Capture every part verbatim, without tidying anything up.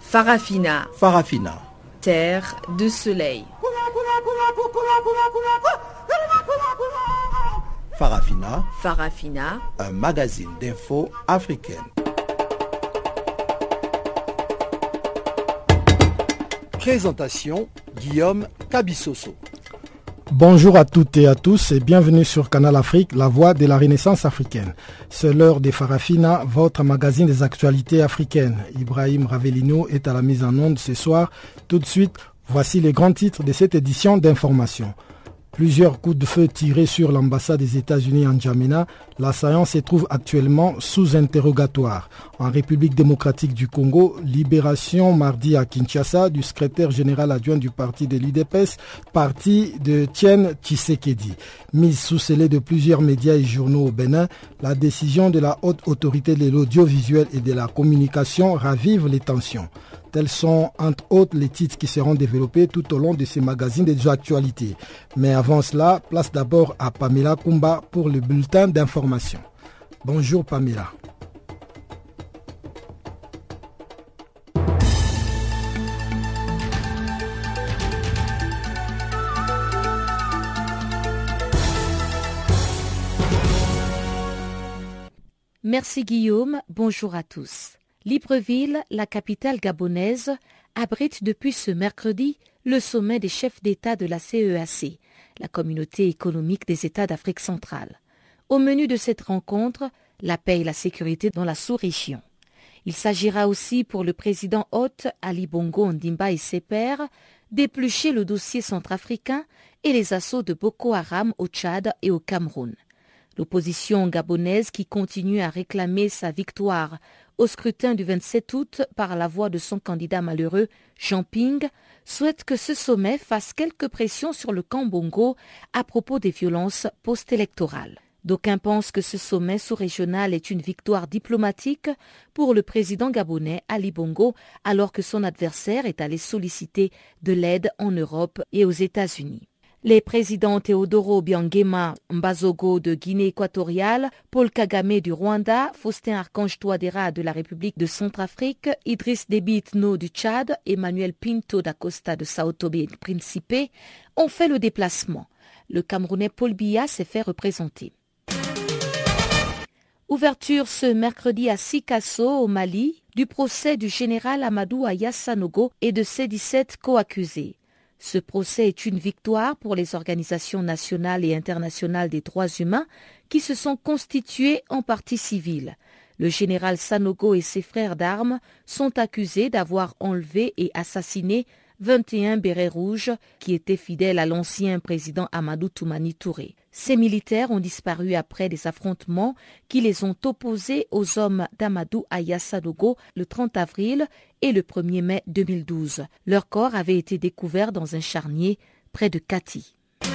Farafina. Farafina. Terre de soleil. Farafina. Farafina. Un magazine d'infos africaine. Présentation Guillaume Kabissoso. Bonjour à toutes et à tous et bienvenue sur Canal Afrique, la voix de la Renaissance africaine. C'est l'heure de Farafina, votre magazine des actualités africaines. Ibrahim Ravelino est à la mise en onde ce soir. Tout de suite, voici les grands titres de cette édition d'information. Plusieurs coups de feu tirés sur l'ambassade des États-Unis en N'Djamena. L'assaillant se trouve actuellement sous interrogatoire. En République démocratique du Congo, libération mardi à Kinshasa du secrétaire général adjoint du parti de l'U D P S, parti de Tienne Tshisekedi. Mise sous scellé de plusieurs médias et journaux au Bénin, la décision de la haute autorité de l'audiovisuel et de la communication ravive les tensions. Tels sont entre autres les titres qui seront développés tout au long de ces magazines des actualités. Mais avant cela, place d'abord à Pamela Kumba pour le bulletin d'information. Bonjour Pamela. Merci Guillaume, bonjour à tous. Libreville, la capitale gabonaise, abrite depuis ce mercredi le sommet des chefs d'État de la C E A C, la communauté économique des États d'Afrique centrale. Au menu de cette rencontre, la paix et la sécurité dans la sous-région. Il s'agira aussi pour le président hôte Ali Bongo Ondimba et ses pairs d'éplucher le dossier centrafricain et les assauts de Boko Haram au Tchad et au Cameroun. L'opposition gabonaise qui continue à réclamer sa victoire au scrutin du vingt-sept août par la voix de son candidat malheureux, Jean Ping, souhaite que ce sommet fasse quelques pressions sur le camp Bongo à propos des violences post-électorales. D'aucuns pensent que ce sommet sous-régional est une victoire diplomatique pour le président gabonais Ali Bongo, alors que son adversaire est allé solliciter de l'aide en Europe et aux États-Unis. Les présidents Teodoro Obiang Mbazogo de Guinée équatoriale, Paul Kagame du Rwanda, Faustin Archange Touadéra de la République de Centrafrique, Idriss Déby Itno du Tchad, Emmanuel Pinto da Costa de Sao Tomé et Principe ont fait le déplacement. Le Camerounais Paul Biya s'est fait représenter. Ouverture ce mercredi à Sikasso, au Mali, du procès du général Amadou Aya Sanogo et de ses dix-sept co-accusés. Ce procès est une victoire pour les organisations nationales et internationales des droits humains qui se sont constituées en partie civile. Le général Sanogo et ses frères d'armes sont accusés d'avoir enlevé et assassiné vingt et un bérets rouges qui étaient fidèles à l'ancien président Amadou Toumani Touré. Ces militaires ont disparu après des affrontements qui les ont opposés aux hommes d'Amadou Aya Sanogo le trente avril et le premier mai deux mille douze. Leur corps avait été découvert dans un charnier près de Kati.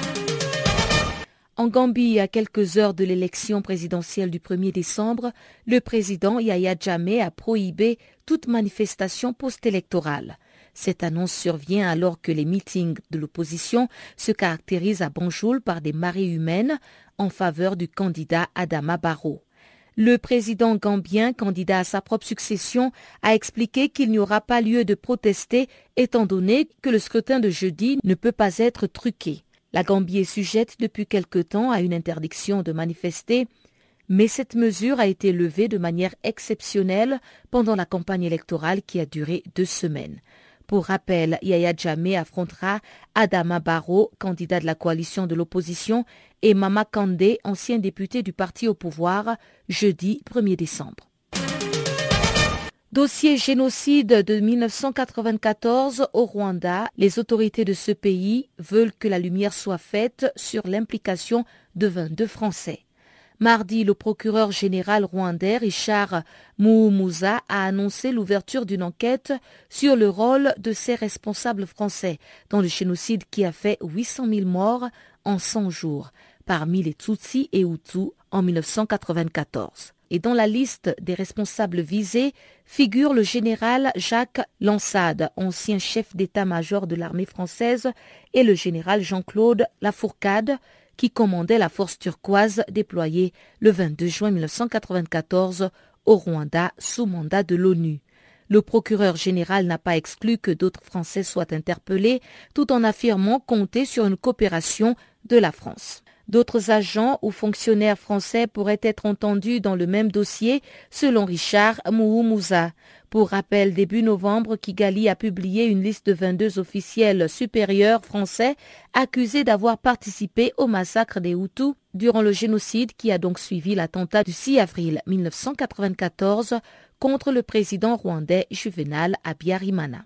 En Gambie, à quelques heures de l'élection présidentielle du premier décembre, le président Yahya Jammeh a prohibé toute manifestation post-électorale. Cette annonce survient alors que les meetings de l'opposition se caractérisent à Banjul par des marées humaines en faveur du candidat Adama Barrow. Le président gambien, candidat à sa propre succession, a expliqué qu'il n'y aura pas lieu de protester étant donné que le scrutin de jeudi ne peut pas être truqué. La Gambie est sujette depuis quelque temps à une interdiction de manifester, mais cette mesure a été levée de manière exceptionnelle pendant la campagne électorale qui a duré deux semaines. Pour rappel, Yahya Jammeh affrontera Adama Barrow, candidat de la coalition de l'opposition, et Mama Kandeh, ancien député du parti au pouvoir, jeudi premier décembre. Dossier génocide de mille neuf cent quatre-vingt-quatorze au Rwanda, les autorités de ce pays veulent que la lumière soit faite sur l'implication de vingt-deux Français. Mardi, le procureur général rwandais Richard Muhumuza a annoncé l'ouverture d'une enquête sur le rôle de ces responsables français dans le génocide qui a fait huit cent mille morts en cent jours, parmi les Tutsis et Hutus en mille neuf cent quatre-vingt-quatorze. Et dans la liste des responsables visés figure le général Jacques Lansade, ancien chef d'état-major de l'armée française, et le général Jean-Claude Lafourcade, qui commandait la force turquoise déployée le vingt-deux juin mille neuf cent quatre-vingt-quatorze au Rwanda sous mandat de l'ONU. Le procureur général n'a pas exclu que d'autres Français soient interpellés, tout en affirmant compter sur une coopération de la France. D'autres agents ou fonctionnaires français pourraient être entendus dans le même dossier, selon Richard Mouhoumouza. Pour rappel, début novembre, Kigali a publié une liste de vingt-deux officiels supérieurs français accusés d'avoir participé au massacre des Hutus durant le génocide qui a donc suivi l'attentat du six avril mille neuf cent quatre-vingt-quatorze contre le président rwandais Juvenal Habyarimana.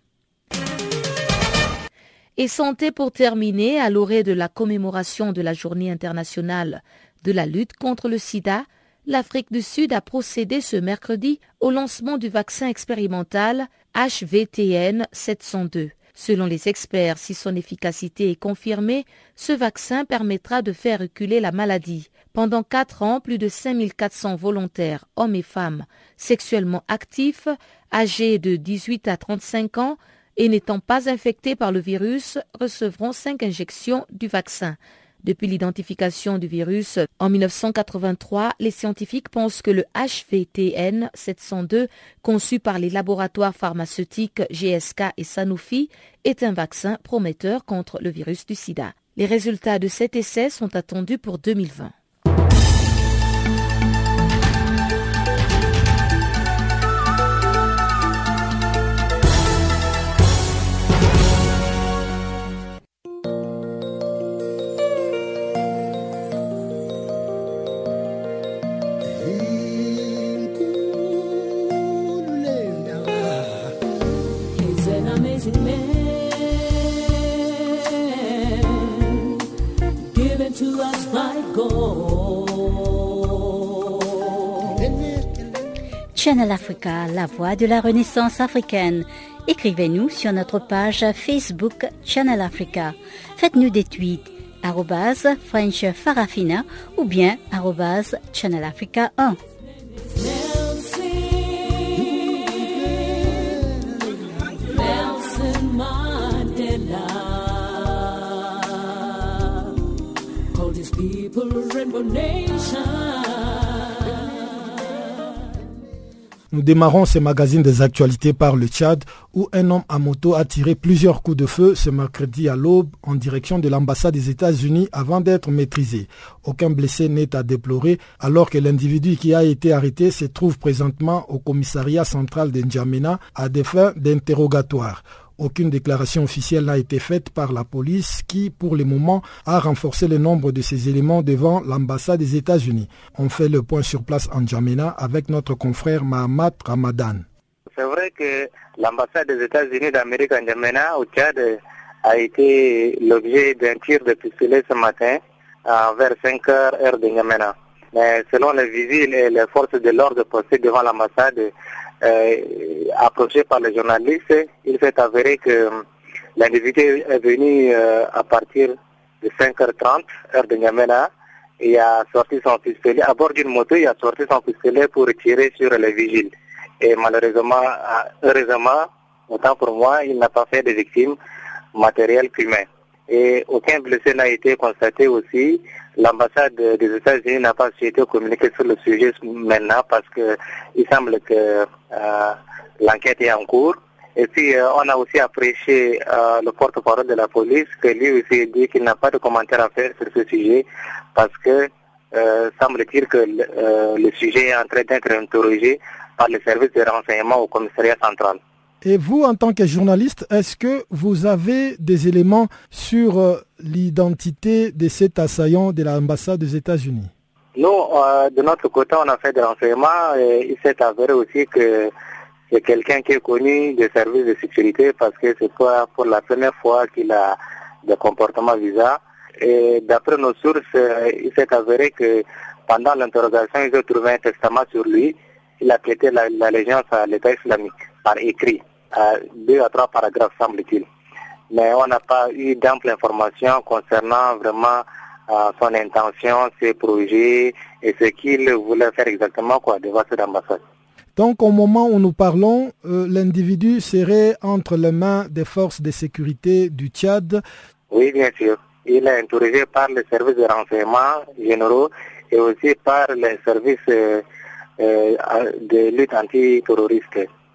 Et santé pour terminer, à l'orée de la commémoration de la Journée internationale de la lutte contre le sida, l'Afrique du Sud a procédé ce mercredi au lancement du vaccin expérimental H V T N sept cent deux. Selon les experts, si son efficacité est confirmée, ce vaccin permettra de faire reculer la maladie. Pendant quatre ans, plus de cinq mille quatre cents volontaires, hommes et femmes, sexuellement actifs, âgés de dix-huit à trente-cinq ans, et n'étant pas infectés par le virus, recevront cinq injections du vaccin. Depuis l'identification du virus en mille neuf cent quatre-vingt-trois, les scientifiques pensent que le H V T N sept cent deux, conçu par les laboratoires pharmaceutiques G S K et Sanofi, est un vaccin prometteur contre le virus du sida. Les résultats de cet essai sont attendus pour deux mille vingt. Channel Africa, la voix de la Renaissance africaine. Écrivez-nous sur notre page Facebook Channel Africa. Faites-nous des tweets arobase French Farafina ou bien arobase Channel Africa un. Nous démarrons ce magazine des actualités par le Tchad où un homme à moto a tiré plusieurs coups de feu ce mercredi à l'aube en direction de l'ambassade des États-Unis avant d'être maîtrisé. Aucun blessé n'est à déplorer alors que l'individu qui a été arrêté se trouve présentement au commissariat central de N'Djamena à des fins d'interrogatoire. Aucune déclaration officielle n'a été faite par la police qui, pour le moment, a renforcé le nombre de ces éléments devant l'ambassade des États-Unis. On fait le point sur place en N'Djamena avec notre confrère Mahamat Ramadan. C'est vrai que l'ambassade des États-Unis d'Amérique en N'Djamena au Tchad a été l'objet d'un tir de pistolet ce matin vers cinq heures heure de N'Djamena. Mais selon les vigiles et les forces de l'ordre postées devant l'ambassade, Euh, approché par les journalistes, il s'est avéré que l'individu est venu euh, à partir de cinq heures trente, heure de N'Djamena, et a sorti son pistolet. À bord d'une moto, il a sorti son pistolet pour tirer sur les vigiles. Et malheureusement, heureusement, autant pour moi, il n'a pas fait de victimes matérielles qu'humaines. Et aucun blessé n'a été constaté aussi. L'ambassade des États-Unis n'a pas souhaité communiquer sur le sujet maintenant parce que il semble que euh, l'enquête est en cours. Et puis euh, on a aussi apprécié euh, le porte-parole de la police que lui aussi dit qu'il n'a pas de commentaire à faire sur ce sujet parce que euh, semble-t-il que euh, le sujet est en train d'être interrogé par les services de renseignement au commissariat central. Et vous, en tant que journaliste, est-ce que vous avez des éléments sur euh, l'identité de cet assaillant de l'ambassade des États-Unis? Nous, euh, de notre côté, on a fait des renseignements et il s'est avéré aussi que c'est quelqu'un qui est connu des services de sécurité parce que c'est pas pour la première fois qu'il a des comportements bizarres. Et d'après nos sources, euh, il s'est avéré que pendant l'interrogation, ils ont trouvé un testament sur lui. Il a prêté l'allégeance à l'État islamique par écrit, à deux à trois paragraphes semble-t-il. Mais on n'a pas eu d'ample information concernant vraiment euh, son intention, ses projets et ce qu'il voulait faire exactement quoi devant cette ambassade. Donc au moment où nous parlons, euh, l'individu serait entre les mains des forces de sécurité du Tchad. Oui, bien sûr. Il est interrogé par les services de renseignement généraux et aussi par les services euh, euh, de lutte antiterroriste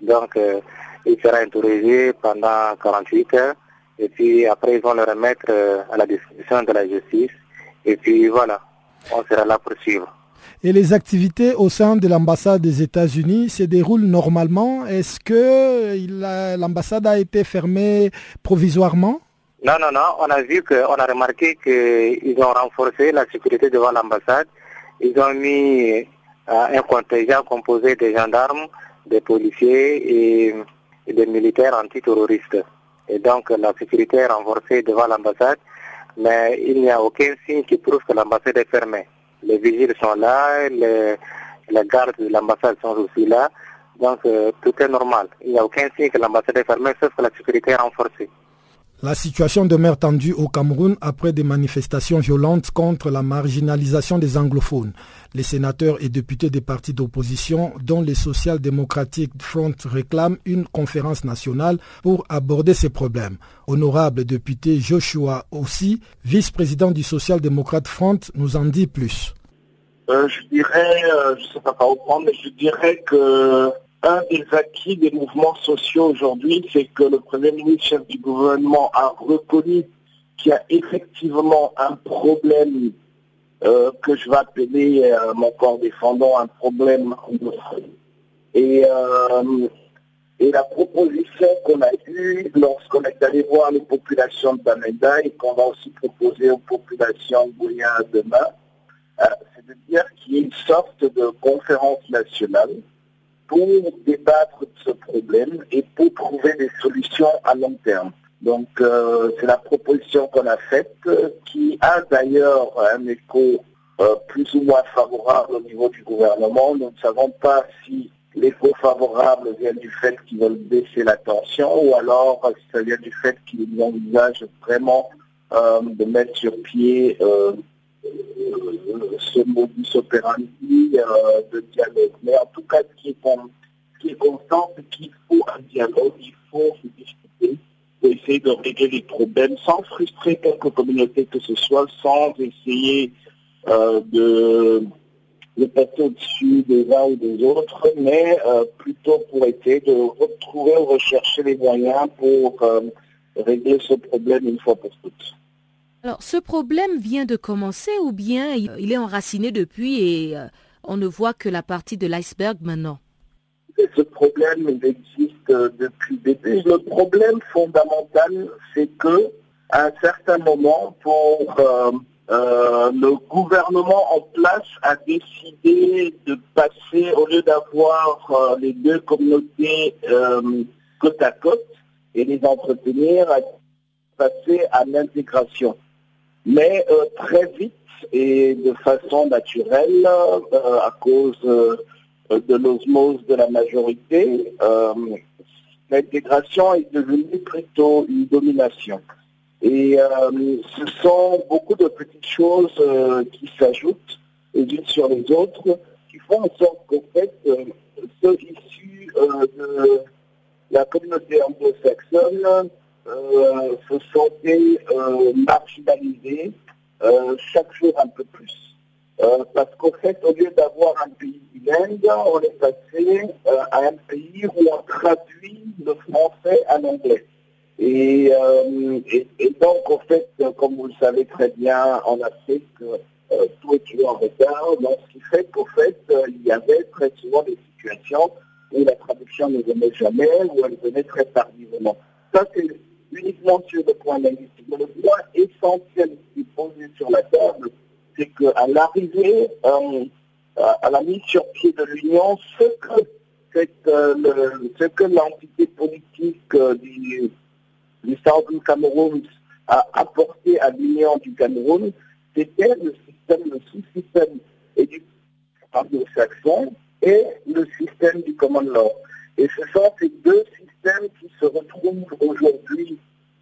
Donc, euh, il sera interrogé pendant quarante-huit heures. Et puis après, ils vont le remettre euh, à la disposition de la justice. Et puis voilà, on sera là pour suivre. Et les activités au sein de l'ambassade des États-Unis se déroulent normalement. Est-ce que il a, l'ambassade a été fermée provisoirement? Non, non, non. On a vu que, on a remarqué qu'ils ont renforcé la sécurité devant l'ambassade. Ils ont mis euh, un contingent composé de gendarmes, des policiers et, et des militaires antiterroristes. Et donc la sécurité est renforcée devant l'ambassade, mais il n'y a aucun signe qui prouve que l'ambassade est fermée. Les vigiles sont là, les, les gardes de l'ambassade sont aussi là, donc euh, tout est normal. Il n'y a aucun signe que l'ambassade est fermée, sauf que la sécurité est renforcée. La situation demeure tendue au Cameroun après des manifestations violentes contre la marginalisation des anglophones. Les sénateurs et députés des partis d'opposition, dont les social-démocratic Front, réclament une conférence nationale pour aborder ces problèmes. Honorable député Joshua Aussi, vice-président du social-démocrate Front, nous en dit plus. Euh, je dirais, euh, je ne sais pas par où prendre, mais je dirais que un des acquis des mouvements sociaux aujourd'hui, c'est que le Premier ministre, chef du gouvernement, a reconnu qu'il y a effectivement un problème euh, que je vais appeler, euh, mon corps défendant, un problème anglophone. Et, euh, et la proposition qu'on a eue lorsqu'on est allé voir les populations de Bamenda et qu'on va aussi proposer aux populations de Bouya demain, euh, c'est de dire qu'il y ait une sorte de conférence nationale pour débattre de ce problème et pour trouver des solutions à long terme. Donc euh, c'est la proposition qu'on a faite, euh, qui a d'ailleurs un écho euh, plus ou moins favorable au niveau du gouvernement. Nous ne savons pas si l'écho favorable vient du fait qu'ils veulent baisser la tension ou alors si ça vient du fait qu'ils envisagent vraiment euh, de mettre sur pied euh, ce modus operandi euh, de dialogue. Mais en tout cas, ce qui est, con, ce qui est constant, c'est qu'il faut un dialogue, il faut se discuter pour essayer de régler les problèmes sans frustrer quelque communauté que ce soit, sans essayer euh, de, de passer au-dessus des uns ou des autres, mais euh, plutôt pour essayer de retrouver ou rechercher les moyens pour euh, régler ce problème une fois pour toutes. Alors, ce problème vient de commencer ou bien il est enraciné depuis et euh, on ne voit que la partie de l'iceberg maintenant? Et ce problème, il existe euh, depuis le début. Le problème fondamental, c'est que à un certain moment, pour euh, euh, le gouvernement en place a décidé de passer, au lieu d'avoir euh, les deux communautés euh, côte à côte et les entretenir, à passer à l'intégration. Mais euh, très vite et de façon naturelle, euh, à cause euh, de l'osmose de la majorité, euh, l'intégration est devenue plutôt une domination. Et euh, ce sont beaucoup de petites choses euh, qui s'ajoutent les unes sur les autres, qui font en sorte qu'en fait, euh, ceux issus euh, de la communauté anglo-saxonne Euh, se sentaient euh, marginalisés euh, chaque jour un peu plus. Euh, parce qu'en fait, au lieu d'avoir un pays bilingue, on est passé euh, à un pays où on traduit le français en anglais. Et, euh, et, et donc, en fait, comme vous le savez très bien, en Afrique, euh, tout est toujours en retard. Donc, ce qui fait qu'en fait, euh, il y avait très souvent des situations où la traduction ne venait jamais, où elle venait très tardivement. Ça, c'est uniquement sur le point linguistique. Mais le point essentiel qui est posé sur la table, c'est qu'à l'arrivée, euh, à la mise sur pied de l'Union, ce que, cette, euh, le, ce que l'entité politique euh, du, du Southern Cameroun a apporté à l'Union du Cameroun, c'était le système, le sous-système anglo-saxon et le système du common law. Et ce sont ces deux systèmes qui se retrouvent aujourd'hui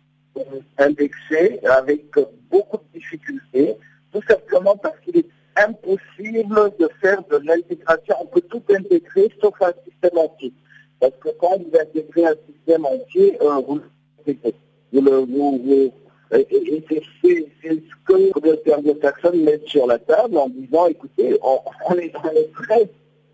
indexés avec beaucoup de difficultés, tout simplement parce qu'il est impossible de faire de l'intégration. On peut tout intégrer sauf un système entier. Parce que quand vous intégrez un système entier, euh, vous l'intégrez. Vous le, vous, vous, et, et c'est, c'est, c'est ce que les communautés anglo-saxonnes mettent sur la table en disant, écoutez, on, on, est, on est prêt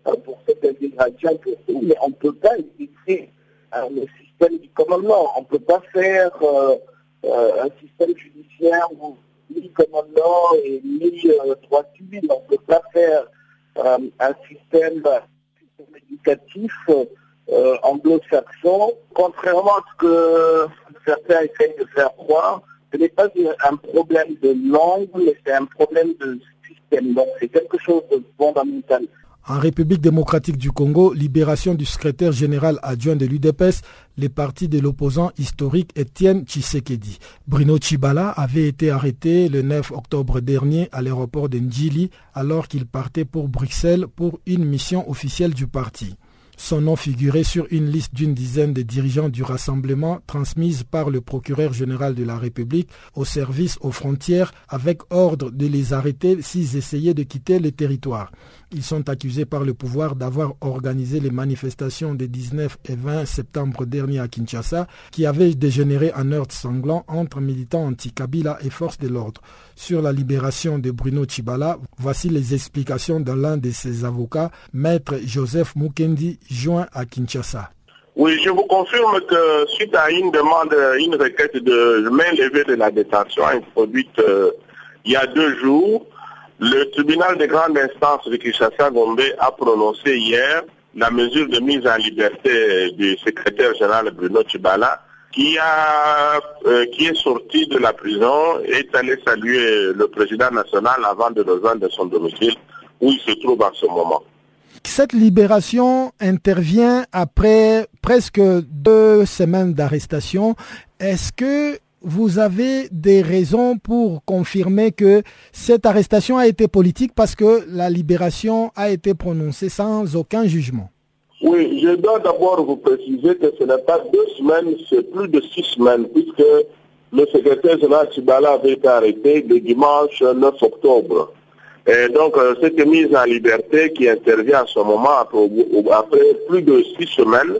euh, pour cette intégration pour tout, mais on ne peut pas utiliser euh, le système du common law. On ne peut pas faire euh, euh, un système judiciaire où ni common law et ni euh, droit civil. On ne peut pas faire euh, un système, système éducatif euh, anglo-saxon. Contrairement à ce que certains essayent de faire croire, ce n'est pas un problème de langue, mais c'est un problème de système. Donc c'est quelque chose de fondamental. En République démocratique du Congo, libération du secrétaire général adjoint de l'U D P S, les partis de l'opposant historique Étienne Tshisekedi. Bruno Tshibala avait été arrêté le neuf octobre dernier à l'aéroport de Ndjili alors qu'il partait pour Bruxelles pour une mission officielle du parti. Son nom figurait sur une liste d'une dizaine de dirigeants du rassemblement transmise par le procureur général de la République au service aux frontières avec ordre de les arrêter s'ils essayaient de quitter le territoire. Ils sont accusés par le pouvoir d'avoir organisé les manifestations des dix-neuf et vingt septembre dernier à Kinshasa qui avaient dégénéré en heurts sanglants entre militants anti-Kabila et forces de l'ordre. Sur la libération de Bruno Tshibala, voici les explications de l'un de ses avocats, maître Joseph Mukendi, joint à Kinshasa. Oui, je vous confirme que suite à une demande, une requête de main levée de la détention introduite euh, il y a deux jours, le tribunal de grande instance de Kinshasa-Gombe a prononcé hier la mesure de mise en liberté du secrétaire général Bruno Tshibala qui, a, euh, qui est sorti de la prison et est allé saluer le président national avant de rejoindre son domicile où il se trouve en ce moment. Cette libération intervient après presque deux semaines d'arrestation. Est-ce que vous avez des raisons pour confirmer que cette arrestation a été politique parce que la libération a été prononcée sans aucun jugement? Oui, je dois d'abord vous préciser que ce n'est pas deux semaines, c'est plus de six semaines, puisque le secrétaire général Tshibala avait été arrêté le dimanche neuf octobre. Et donc, euh, cette mise en liberté qui intervient à ce moment après, après plus de six semaines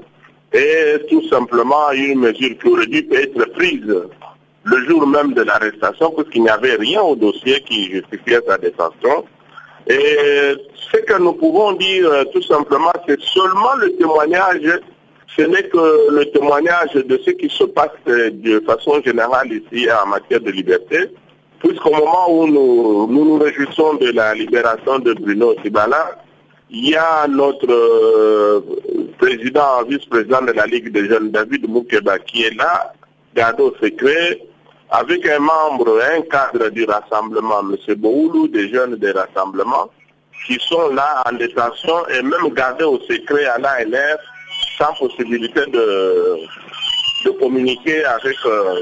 est tout simplement une mesure qui aurait dû être prise le jour même de l'arrestation, puisqu'il n'y avait rien au dossier qui justifiait sa détention. Et ce que nous pouvons dire euh, tout simplement, c'est seulement le témoignage, ce n'est que le témoignage de ce qui se passe euh, de façon générale ici en matière de liberté, puisqu'au moment où nous, nous nous réjouissons de la libération de Bruno Tshibala, il y a notre euh, président, vice-président de la Ligue des jeunes, David Moukeba, qui est là, gardé au secret, avec un membre, un cadre du rassemblement, M. Boulou, des jeunes des rassemblements, qui sont là en détention et même gardés au secret à l'A N R sans possibilité de, de communiquer avec euh,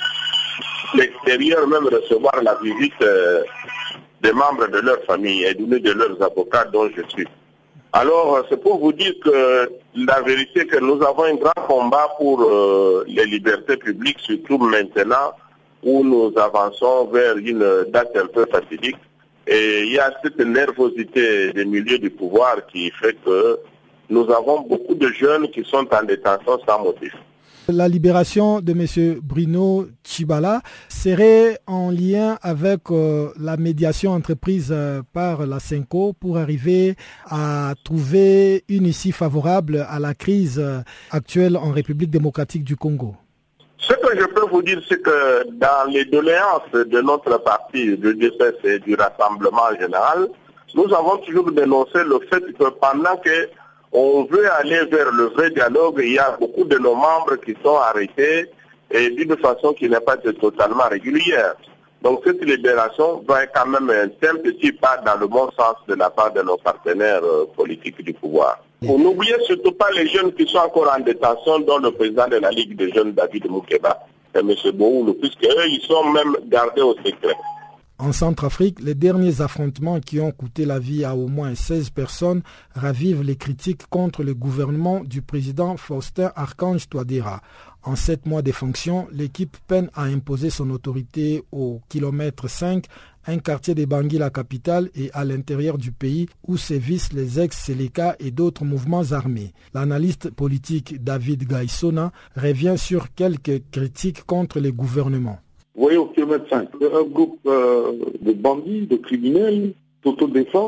l'extérieur, même recevoir la visite euh, des membres de leur famille et de leurs avocats dont je suis. Alors, c'est pour vous dire que la vérité est que nous avons un grand combat pour euh, les libertés publiques, surtout maintenant où nous avançons vers une date un peu fatidique. Et il y a cette nervosité des milieux du pouvoir qui fait que nous avons beaucoup de jeunes qui sont en détention sans motif. La libération de M. Bruno Tshibala serait en lien avec euh, la médiation entreprise euh, par la SENCO pour arriver à trouver une issue favorable à la crise euh, actuelle en République démocratique du Congo. Ce que je peux vous dire, c'est que dans les doléances de notre parti, du D P S et du Rassemblement en général, nous avons toujours dénoncé le fait que pendant que on veut aller vers le vrai dialogue, il y a beaucoup de nos membres qui sont arrêtés et d'une façon qui n'est pas totalement régulière. Donc cette libération va être quand même un simple petit pas dans le bon sens de la part de nos partenaires euh, politiques du pouvoir. Pour n'oublier surtout pas les jeunes qui sont encore en détention, dont le président de la Ligue des jeunes, David Moukeba, et M. Boulou, puisqu'eux, ils sont même gardés au secret. En Centrafrique, les derniers affrontements qui ont coûté la vie à au moins seize personnes ravivent les critiques contre le gouvernement du président Faustin Archange Touadéra. En sept mois de fonctions, l'équipe peine à imposer son autorité au kilomètre cinq, un quartier de Bangui, la capitale, et à l'intérieur du pays où sévissent les ex-Seleka et d'autres mouvements armés. L'analyste politique David Gaïsona revient sur quelques critiques contre le gouvernement. Vous voyez, au kilomètre cinq, un groupe euh, de bandits, de criminels, d'autodéfense,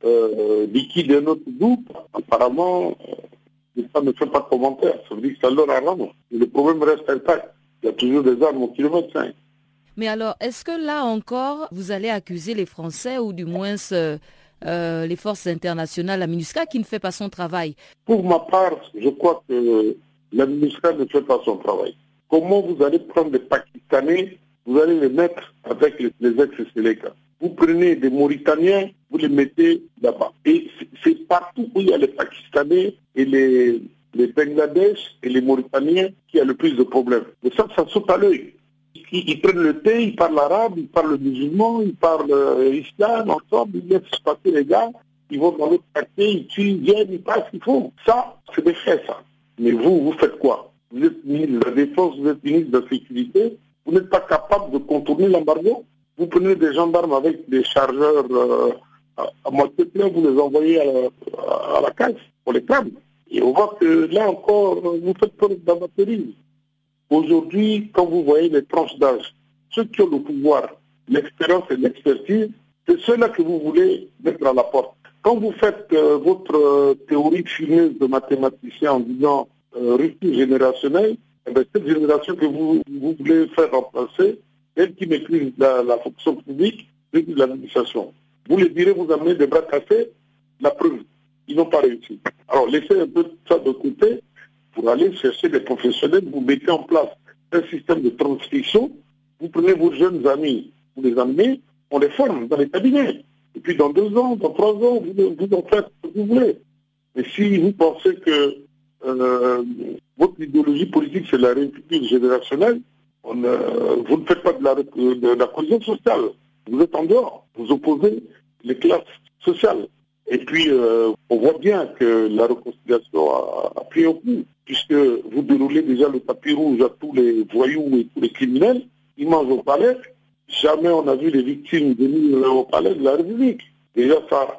euh, liquide un autre bout, apparemment, euh, l'État ne fait pas de commentaire. Ça veut dire que ça leur arrange. Et le problème reste intact. Il y a toujours des armes au kilomètre cinq. Mais alors, est-ce que là encore, vous allez accuser les Français ou du moins euh, euh, les forces internationales, la MINUSCA qui ne fait pas son travail? Pour ma part, je crois que la MINUSCA ne fait pas son travail. Comment vous allez prendre des Pakistanais, vous allez les mettre avec les, les ex-Séléka? Vous prenez des Mauritaniens, vous les mettez là-bas. Et c'est partout où il y a les Pakistanais et les, les Bangladesh et les Mauritaniens qui a le plus de problèmes. Mais ça, ça saute à l'œil. Ils, ils prennent le thé, ils parlent arabe, ils parlent musulman, ils parlent euh, islam, ensemble, ils laissent passer les gars, ils vont dans l'autre quartier, ils tuent, ils viennent, ils passent, ils font. Ça, c'est des faits, ça. Mais vous, vous faites quoi? Vous êtes ministre de la Défense, vous êtes ministre de la Sécurité, vous n'êtes pas capable de contourner l'embargo. Vous prenez des gendarmes avec des chargeurs euh, à, à moitié plein, vous les envoyez à la, à la case pour les prendre. Et on voit que là encore, vous faites peur d'amateurisme. Aujourd'hui, quand vous voyez les tranches d'âge, ceux qui ont le pouvoir, l'expérience et l'expertise, c'est ceux-là que vous voulez mettre à la porte. Quand vous faites euh, votre euh, théorie fumeuse de mathématicien en disant euh, rupture générationnelle, eh bien, cette génération que vous, vous voulez faire remplacer, elle qui maîtrise la, la fonction publique, maîtrise l'administration. Vous les direz, vous amenez des bras cassés, la preuve, ils n'ont pas réussi. Alors laissez un peu ça de côté pour aller chercher des professionnels, vous mettez en place un système de transmission, vous prenez vos jeunes amis, vous les amenez, on les forme dans les cabinets. Et puis dans deux ans, dans trois ans, vous, vous en faites ce que vous voulez. Mais si vous pensez que euh, votre idéologie politique c'est la république générationnelle, on, euh, vous ne faites pas de la, de la cohésion sociale. Vous êtes en dehors. Vous opposez les classes sociales. Et puis, euh, on voit bien que la réconciliation a, a pris un coup, puisque vous déroulez déjà le tapis rouge à tous les voyous et tous les criminels. Ils mangent au palais. Jamais on a vu les victimes venir au palais de la République. Déjà ça.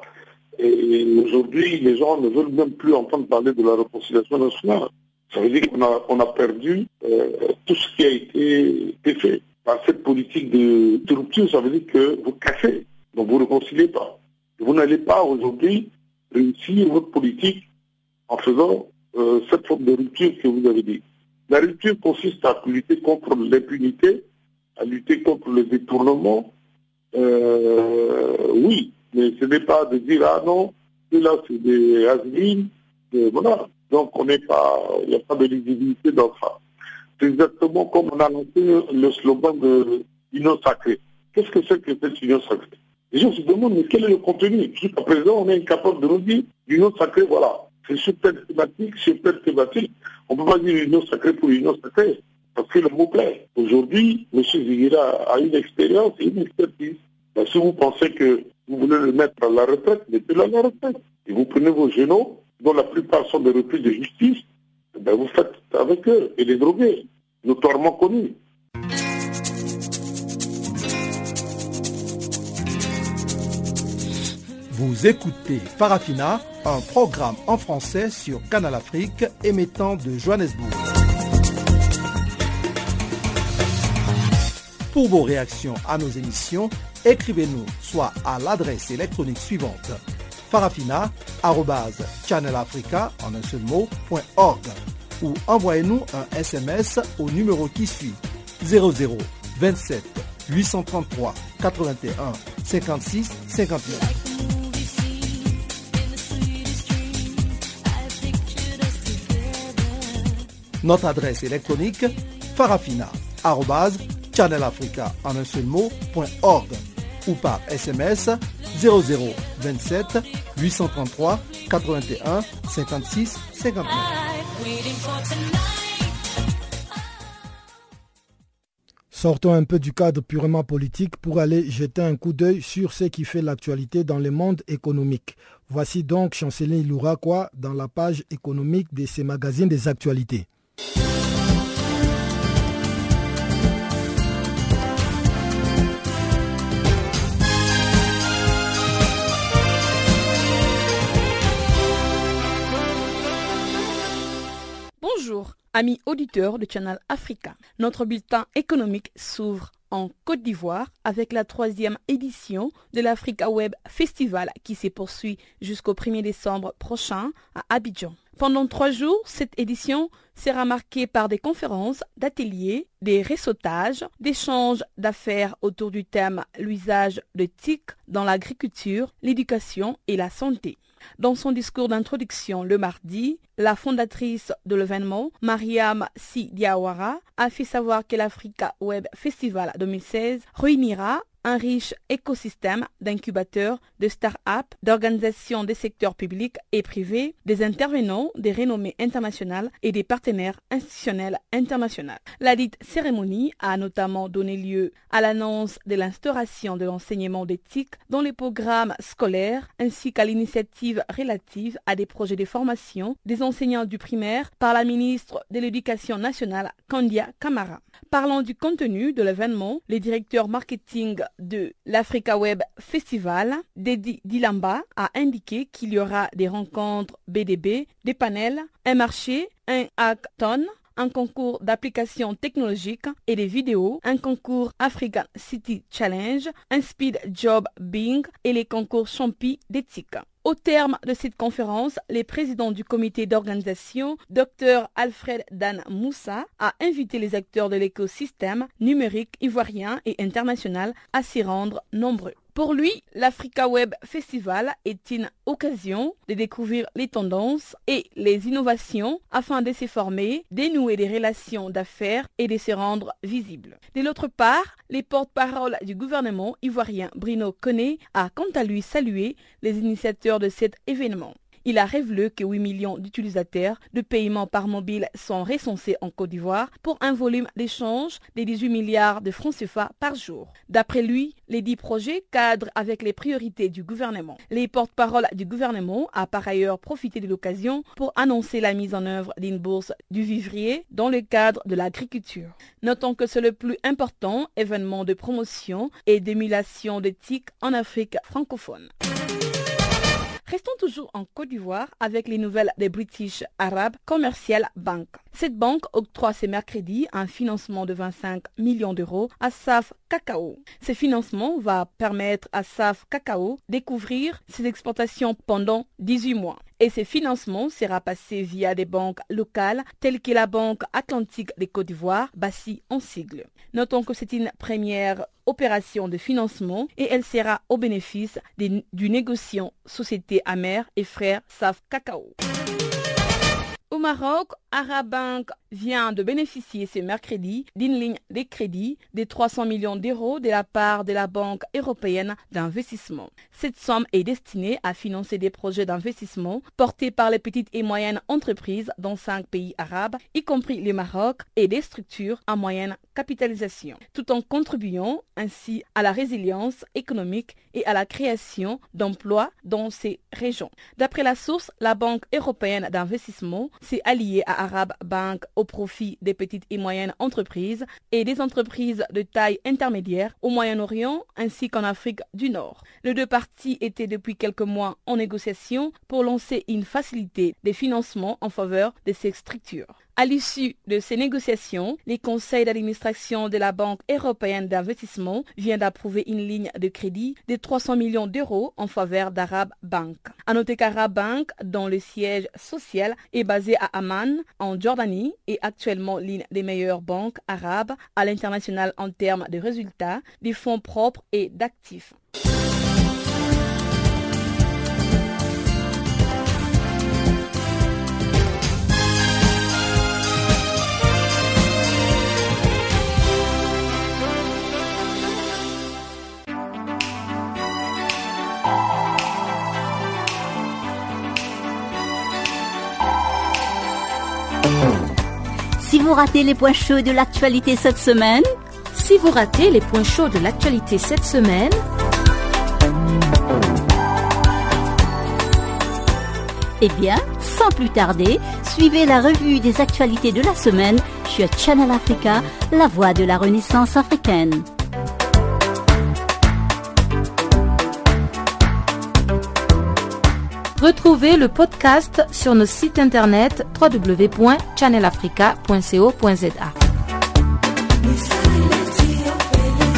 Et aujourd'hui, les gens ne veulent même plus entendre parler de la réconciliation nationale. Ça veut dire qu'on a, on a perdu euh, tout ce qui a été, été fait. Par cette politique de, de rupture, ça veut dire que vous cassez, donc vous ne réconciliez pas. Vous n'allez pas aujourd'hui réussir votre politique en faisant euh, cette forme de rupture que vous avez dit. La rupture consiste à lutter contre l'impunité, à lutter contre le détournement. Euh, oui, mais ce n'est pas de dire, ah non, là c'est des has-been, voilà. Donc on n'est pas, il n'y a pas de lisibilité dans ça. C'est exactement comme on a lancé le slogan de l'union sacrée. Qu'est-ce que c'est que cette union sacrée? Les gens se demandent, mais quel est le contenu? Jusqu'à présent, on est incapable de nous dire l'union sacrée, voilà. C'est sur telle thématique, sur telle thématique. On ne peut pas dire l'union sacrée pour l'union sacrée, parce que le mot plaît. Aujourd'hui, M. Ziguira a une expérience et une expertise. Ben, si vous pensez que vous voulez le mettre à la retraite, mettez-le à la retraite. Et vous prenez vos genoux, dont la plupart sont des repris de justice, ben vous faites avec eux, et les drogués, notoirement connus. Vous écoutez Farafina, un programme en français sur Canal Afrique émettant de Johannesburg. Pour vos réactions à nos émissions, écrivez-nous soit à l'adresse électronique suivante farafina arobase channelafrica en un seul mot point org ou envoyez-nous un S M S au numéro qui suit zéro zéro vingt-sept huit cent trente-trois quatre-vingt-un cinquante-six cinquante-neuf. Notre adresse électronique farafina arobase channelafrica en un seul mot point org ou par S M S zéro zéro vingt-sept huit cent trente-trois quatre-vingt-un cinquante-six cinquante-neuf. Sortons un peu du cadre purement politique pour aller jeter un coup d'œil sur ce qui fait l'actualité dans le monde économique. Voici donc Chanceline Louraquois dans la page économique de ces magazines des actualités. Bonjour, amis auditeurs de Channel Africa. Notre bulletin économique s'ouvre en Côte d'Ivoire avec la troisième édition de l'Africa Web Festival qui se poursuit jusqu'au premier décembre prochain à Abidjan. Pendant trois jours, cette édition sera marquée par des conférences, d'ateliers, des réseautages, d'échanges d'affaires autour du thème « L'usage de T I C dans l'agriculture, l'éducation et la santé ». Dans son discours d'introduction le mardi, la fondatrice de l'événement, Mariam Si Diawara, a fait savoir que l'Africa Web Festival deux mille seize réunira un riche écosystème d'incubateurs, de start-up, d'organisations des secteurs publics et privés, des intervenants, des renommées internationales et des partenaires institutionnels internationaux. La dite cérémonie a notamment donné lieu à l'annonce de l'instauration de l'enseignement d'éthique dans les programmes scolaires ainsi qu'à l'initiative relative à des projets de formation des enseignants du primaire par la ministre de l'Éducation nationale, Kandia Kamara. Parlant du contenu de l'événement, le directeur marketing de l'Africa Web Festival, Dedi Dilamba, a indiqué qu'il y aura des rencontres B D B, des panels, un marché, un hackathon, un concours d'applications technologiques et des vidéos, un concours African City Challenge, un Speed Job Bing et les concours Champi d'éthique. Au terme de cette conférence, le président du comité d'organisation, Docteur Alfred Dan Moussa, a invité les acteurs de l'écosystème numérique ivoirien et international à s'y rendre nombreux. Pour lui, l'Africa Web Festival est une occasion de découvrir les tendances et les innovations afin de se former, dénouer des relations d'affaires et de se rendre visibles. De l'autre part, les porte-parole du gouvernement ivoirien Bruno Koné a quant à lui salué les initiateurs de cet événement. Il a révélé que huit millions d'utilisateurs de paiement par mobile sont recensés en Côte d'Ivoire pour un volume d'échange de dix-huit milliards de francs C F A par jour. D'après lui, les dix projets cadrent avec les priorités du gouvernement. Les porte-parole du gouvernement a par ailleurs profité de l'occasion pour annoncer la mise en œuvre d'une bourse du vivrier dans le cadre de l'agriculture. Notons que c'est le plus important événement de promotion et d'émulation d'éthique en Afrique francophone. Restons toujours en Côte d'Ivoire avec les nouvelles des British Arab Commercial Bank. Cette banque octroie ce mercredi un financement de vingt-cinq millions d'euros à S A F Cacao. Ce financement va permettre à S A F Cacao de couvrir ses exportations pendant dix-huit mois. Et ce financement sera passé via des banques locales telles que la Banque Atlantique de Côte d'Ivoire, B A C I en sigle. Notons que c'est une première opération de financement et elle sera au bénéfice des, du négociant Société Amère et Frères S A F Cacao. Au Maroc, Arabank vient de bénéficier ce mercredi d'une ligne de crédit de trois cents millions d'euros de la part de la Banque européenne d'investissement. Cette somme est destinée à financer des projets d'investissement portés par les petites et moyennes entreprises dans cinq pays arabes, y compris le Maroc, et des structures à moyenne capitalisation, tout en contribuant ainsi à la résilience économique et à la création d'emplois dans ces régions. D'après la source, la Banque européenne d'investissement s'est alliée à Arab Bank au profit des petites et moyennes entreprises et des entreprises de taille intermédiaire au Moyen-Orient ainsi qu'en Afrique du Nord. Les deux parties étaient depuis quelques mois en négociation pour lancer une facilité de financement en faveur de ces structures. À l'issue de ces négociations, les conseils d'administration de la Banque européenne d'investissement vient d'approuver une ligne de crédit de trois cents millions d'euros en faveur d'Arab Bank. À noter qu'Arab Bank, dont le siège social est basé à Amman, en Jordanie, est actuellement l'une des meilleures banques arabes à l'international en termes de résultats, de fonds propres et d'actifs. Si vous ratez les points chauds de l'actualité cette semaine, si vous ratez les points chauds de l'actualité cette semaine, eh bien, sans plus tarder, suivez la revue des actualités de la semaine sur Channel Africa, la voix de la Renaissance africaine. Retrouvez le podcast sur notre site internet w w w point channel africa point co point z a.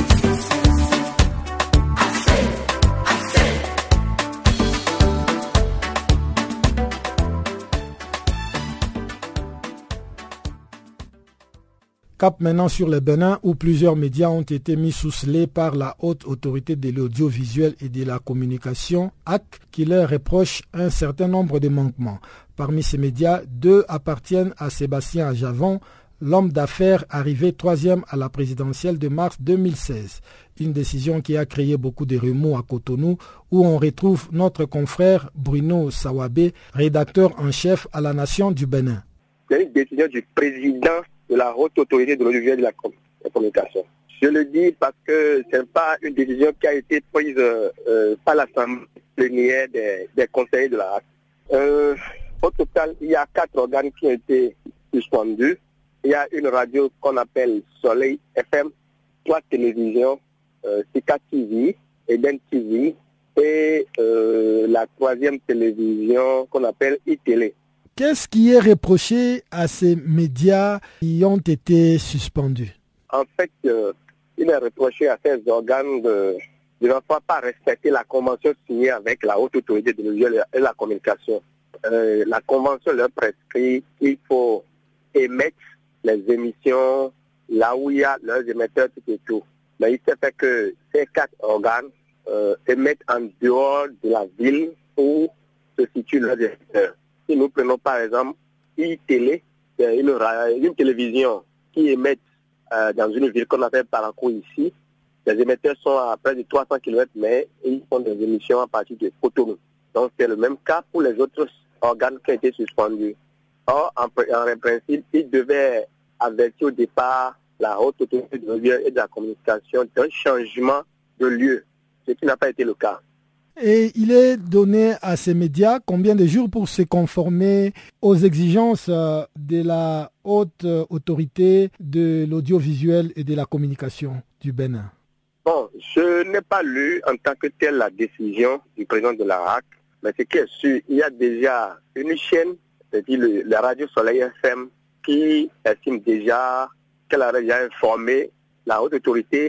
cap maintenant sur le Bénin où plusieurs médias ont été mis sous scellé par la haute autorité de l'audiovisuel et de la communication, A C, qui leur reproche un certain nombre de manquements. Parmi ces médias, deux appartiennent à Sébastien Adjavon, l'homme d'affaires arrivé troisième à la présidentielle de mars deux mille seize. Une décision qui a créé beaucoup de remous à Cotonou, où on retrouve notre confrère Bruno Sawabé, rédacteur en chef à La Nation du Bénin. C'est une décision du président de la haute autorité de l'audiovisuel et de la communication. Je le dis parce que ce n'est pas une décision qui a été prise euh, par l'Assemblée plénière des, des conseillers de la A C. Euh, au total, il y a quatre organes qui ont été suspendus. Il y a une radio qu'on appelle Soleil F M, trois télévisions, euh, Sika T V, Eden T V et euh, la troisième télévision qu'on appelle iTélé. Qu'est-ce qui est reproché à ces médias qui ont été suspendus? En fait, euh, il est reproché à ces organes de, de ne pas respecter la convention signée avec la haute autorité de l'audiovisuel et la communication. Euh, la convention leur prescrit qu'il faut émettre les émissions là où il y a leurs émetteurs, tout et tout. Mais il s'est fait que ces quatre organes euh, émettent en dehors de la ville où se situent leurs émetteurs. Si nous prenons par exemple iTélé, c'est une, une télévision qui émet euh, dans une ville qu'on appelle Parakou ici. Les émetteurs sont à près de trois cents kilomètres, mais ils font des émissions à partir de Cotonou. Donc c'est le même cas pour les autres organes qui ont été suspendus. Or, en, en principe, ils devaient avertir au départ la haute autorité de l'audiovisuel et de la communication d'un changement de lieu, ce qui n'a pas été le cas. Et il est donné à ces médias combien de jours pour se conformer aux exigences de la haute autorité de l'audiovisuel et de la communication du Bénin? Bon, je n'ai pas lu en tant que telle la décision du président de la A C, mais ce qui est sûr, il y a déjà une chaîne, c'est-à-dire le, la radio Soleil F M, qui estime déjà qu'elle a déjà informé la haute autorité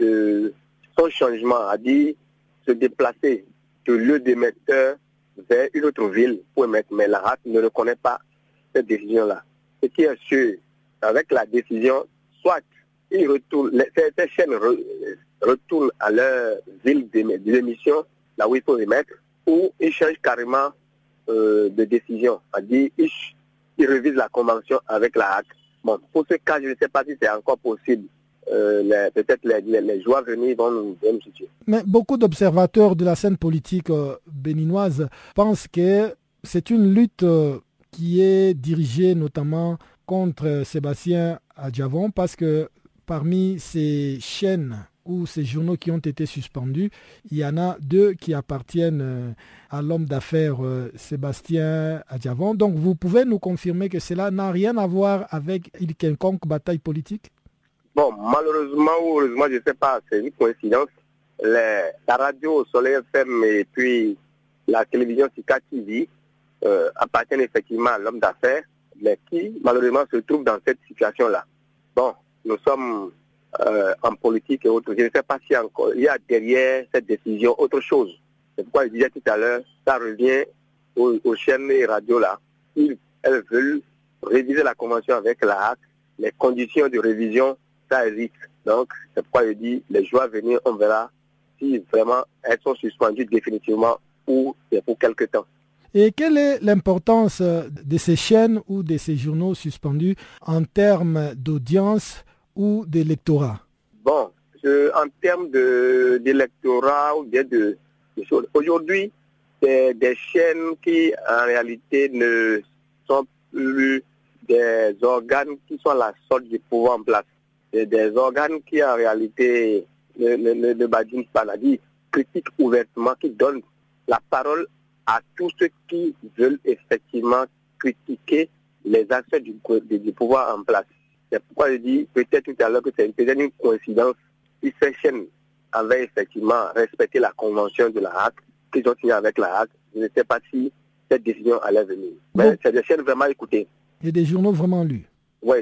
de son changement, à dire se déplacer de lieu d'émetteur vers une autre ville pour émettre. Mais la A C ne reconnaît pas cette décision-là. Ce qui est sûr, avec la décision, soit ils retournent, les, ces, ces chaînes re, retournent à leur ville d'émission, là où il faut émettre, ou ils changent carrément euh, de décision, c'est-à-dire ils, ils révisent la convention avec la A C. Bon, pour ce cas, je ne sais pas si c'est encore possible. Euh, les, peut-être les, les, les jours à venir vont nous, vont nous situer. Mais beaucoup d'observateurs de la scène politique euh, béninoise pensent que c'est une lutte euh, qui est dirigée notamment contre euh, Sébastien Adjavon, parce que parmi ces chaînes ou ces journaux qui ont été suspendus, il y en a deux qui appartiennent euh, à l'homme d'affaires euh, Sébastien Adjavon. Donc vous pouvez nous confirmer que cela n'a rien à voir avec une quelconque bataille politique? Bon, malheureusement ou heureusement, je ne sais pas, c'est une coïncidence. Les, la radio Soleil F M et puis la télévision Sika T V euh, appartiennent effectivement à l'homme d'affaires, mais qui malheureusement se trouve dans cette situation-là. Bon, nous sommes euh, en politique et autres. Je ne sais pas s'il y a encore, il y a derrière cette décision autre chose. C'est pourquoi je disais tout à l'heure, ça revient aux, aux chaînes et radios là. Ils, elles veulent réviser la convention avec la A C, les conditions de révision, ça existe. Donc, c'est pourquoi je dis, les jours à venir, on verra si vraiment elles sont suspendues définitivement ou c'est pour quelque temps. Et quelle est l'importance de ces chaînes ou de ces journaux suspendus en termes d'audience ou d'électorat? Bon, je, en termes de, d'électorat ou bien de, de choses, aujourd'hui, c'est des chaînes qui en réalité ne sont plus des organes qui sont à la sorte du pouvoir en place. C'est des organes qui en réalité ne, ne, ne, ne badinent pas, la dit, critiquent ouvertement, qui donnent la parole à tous ceux qui veulent effectivement critiquer les actions du, du pouvoir en place. C'est pourquoi je dis peut-être tout à l'heure que c'est peut-être une coïncidence si ces chaînes avaient effectivement respecté la convention de la A C, qu'ils ont signé avec la A C. Je ne sais pas si cette décision allait venir. Mais bon, c'est des chaînes vraiment écoutées. Et des journaux vraiment lus. Oui.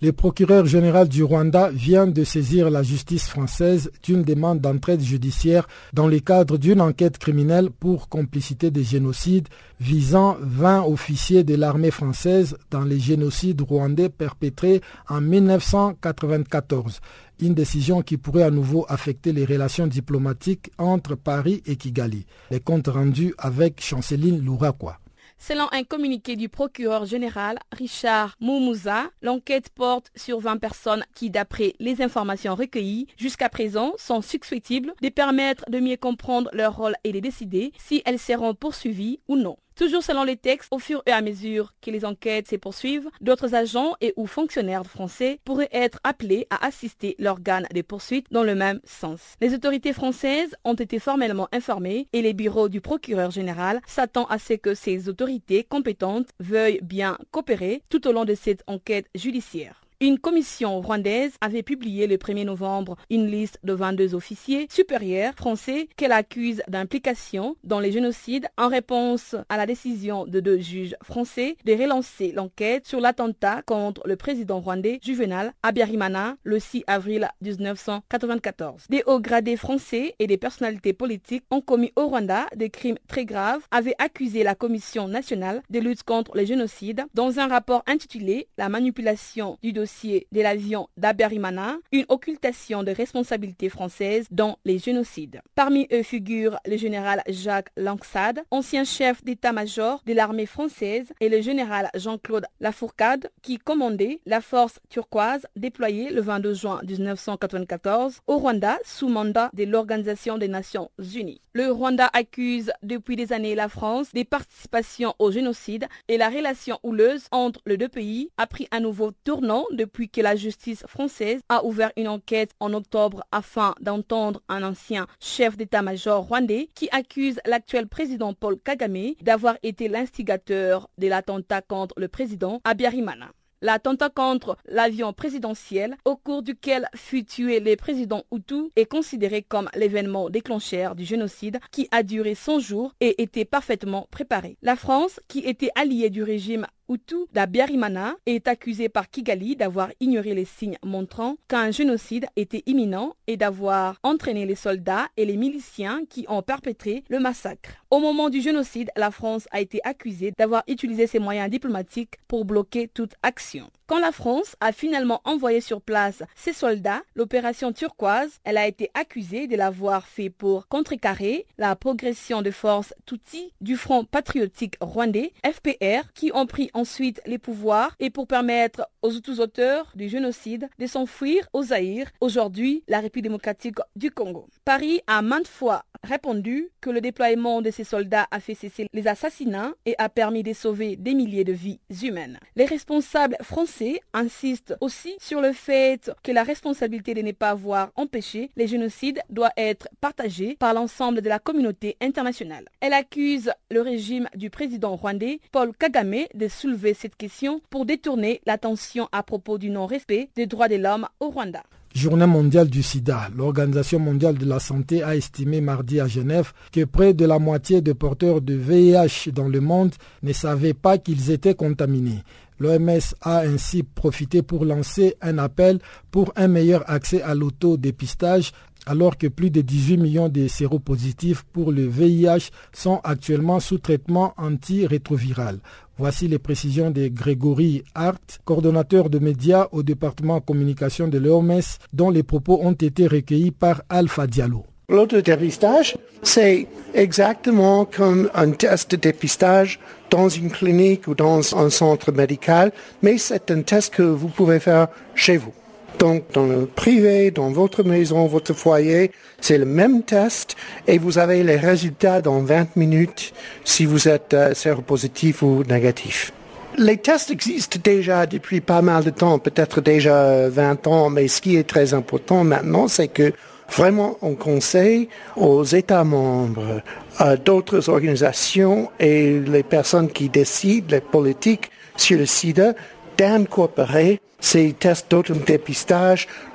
Le procureur général du Rwanda vient de saisir la justice française d'une demande d'entraide judiciaire dans le cadre d'une enquête criminelle pour complicité de génocide visant vingt officiers de l'armée française dans les génocides rwandais perpétrés en mille neuf cent quatre-vingt-quatorze. Une décision qui pourrait à nouveau affecter les relations diplomatiques entre Paris et Kigali. Les comptes rendus avec Chanceline Lourakwa. Selon un communiqué du procureur général Richard Moumouza, l'enquête porte sur vingt personnes qui, d'après les informations recueillies jusqu'à présent, sont susceptibles de permettre de mieux comprendre leur rôle et de décider si elles seront poursuivies ou non. Toujours selon les textes, au fur et à mesure que les enquêtes se poursuivent, d'autres agents et ou fonctionnaires français pourraient être appelés à assister l'organe des poursuites dans le même sens. Les autorités françaises ont été formellement informées et les bureaux du procureur général s'attendent à ce que ces autorités compétentes veuillent bien coopérer tout au long de cette enquête judiciaire. Une commission rwandaise avait publié le premier novembre une liste de vingt-deux officiers supérieurs français qu'elle accuse d'implication dans les génocides en réponse à la décision de deux juges français de relancer l'enquête sur l'attentat contre le président rwandais Juvenal Habyarimana le six avril mille neuf cent quatre-vingt-quatorze. Des hauts gradés français et des personnalités politiques ont commis au Rwanda des crimes très graves, avaient accusé la Commission nationale de lutte contre les génocides dans un rapport intitulé « La manipulation du dossier de l'avion d'Habyarimana, une occultation de responsabilités françaises dans les génocides. » Parmi eux figurent le général Jacques Langsade, ancien chef d'état-major de l'armée française, et le général Jean-Claude Lafourcade, qui commandait la force turquoise déployée le vingt-deux juin mille neuf cent quatre-vingt-quatorze au Rwanda sous mandat de l'Organisation des Nations Unies. Le Rwanda accuse depuis des années la France des participations au génocide et la relation houleuse entre les deux pays a pris un nouveau tournant depuis que la justice française a ouvert une enquête en octobre afin d'entendre un ancien chef d'état-major rwandais qui accuse l'actuel président Paul Kagame d'avoir été l'instigateur de l'attentat contre le président Habyarimana. L'attentat contre l'avion présidentiel, au cours duquel fut tué le président Hutu, est considéré comme l'événement déclencheur du génocide qui a duré cent jours et était parfaitement préparé. La France, qui était alliée du régime Hutu d'Habyarimana, est accusée par Kigali d'avoir ignoré les signes montrant qu'un génocide était imminent et d'avoir entraîné les soldats et les miliciens qui ont perpétré le massacre. Au moment du génocide, la France a été accusée d'avoir utilisé ses moyens diplomatiques pour bloquer toute action. Quand la France a finalement envoyé sur place ses soldats, l'opération turquoise, elle a été accusée de l'avoir fait pour contrecarrer la progression de forces Tutsi du Front patriotique rwandais, F P R, qui ont pris ensuite les pouvoirs et pour permettre aux Hutus auteurs du génocide de s'enfuir au Zaïre, aujourd'hui la République démocratique du Congo. Paris a maintes fois répondu que le déploiement de ces soldats a fait cesser les assassinats et a permis de sauver des milliers de vies humaines. Les responsables français insistent aussi sur le fait que la responsabilité de ne pas avoir empêché les génocides doit être partagée par l'ensemble de la communauté internationale. Elle accuse le régime du président rwandais Paul Kagame de soulever cette question pour détourner l'attention à propos du non-respect des droits de l'homme au Rwanda. Journée mondiale du sida. L'Organisation mondiale de la santé a estimé mardi à Genève que près de la moitié des porteurs de V I H dans le monde ne savaient pas qu'ils étaient contaminés. L'O M S a ainsi profité pour lancer un appel pour un meilleur accès à l'autodépistage alors que plus de dix-huit millions de séropositifs pour le V I H sont actuellement sous traitement antirétroviral. Voici les précisions de Grégory Hart, coordonnateur de médias au département communication de l'O M S, dont les propos ont été recueillis par Alpha Diallo. L'autodépistage, c'est exactement comme un test de dépistage dans une clinique ou dans un centre médical, mais c'est un test que vous pouvez faire chez vous. Donc, dans le privé, dans votre maison, votre foyer, c'est le même test et vous avez les résultats dans vingt minutes si vous êtes euh, séropositif ou négatif. Les tests existent déjà depuis pas mal de temps, peut-être déjà vingt ans, mais ce qui est très important maintenant, c'est que vraiment on conseille aux États membres, à d'autres organisations et les personnes qui décident, les politiques sur le sida, d'incorporer ces tests d'autodépistage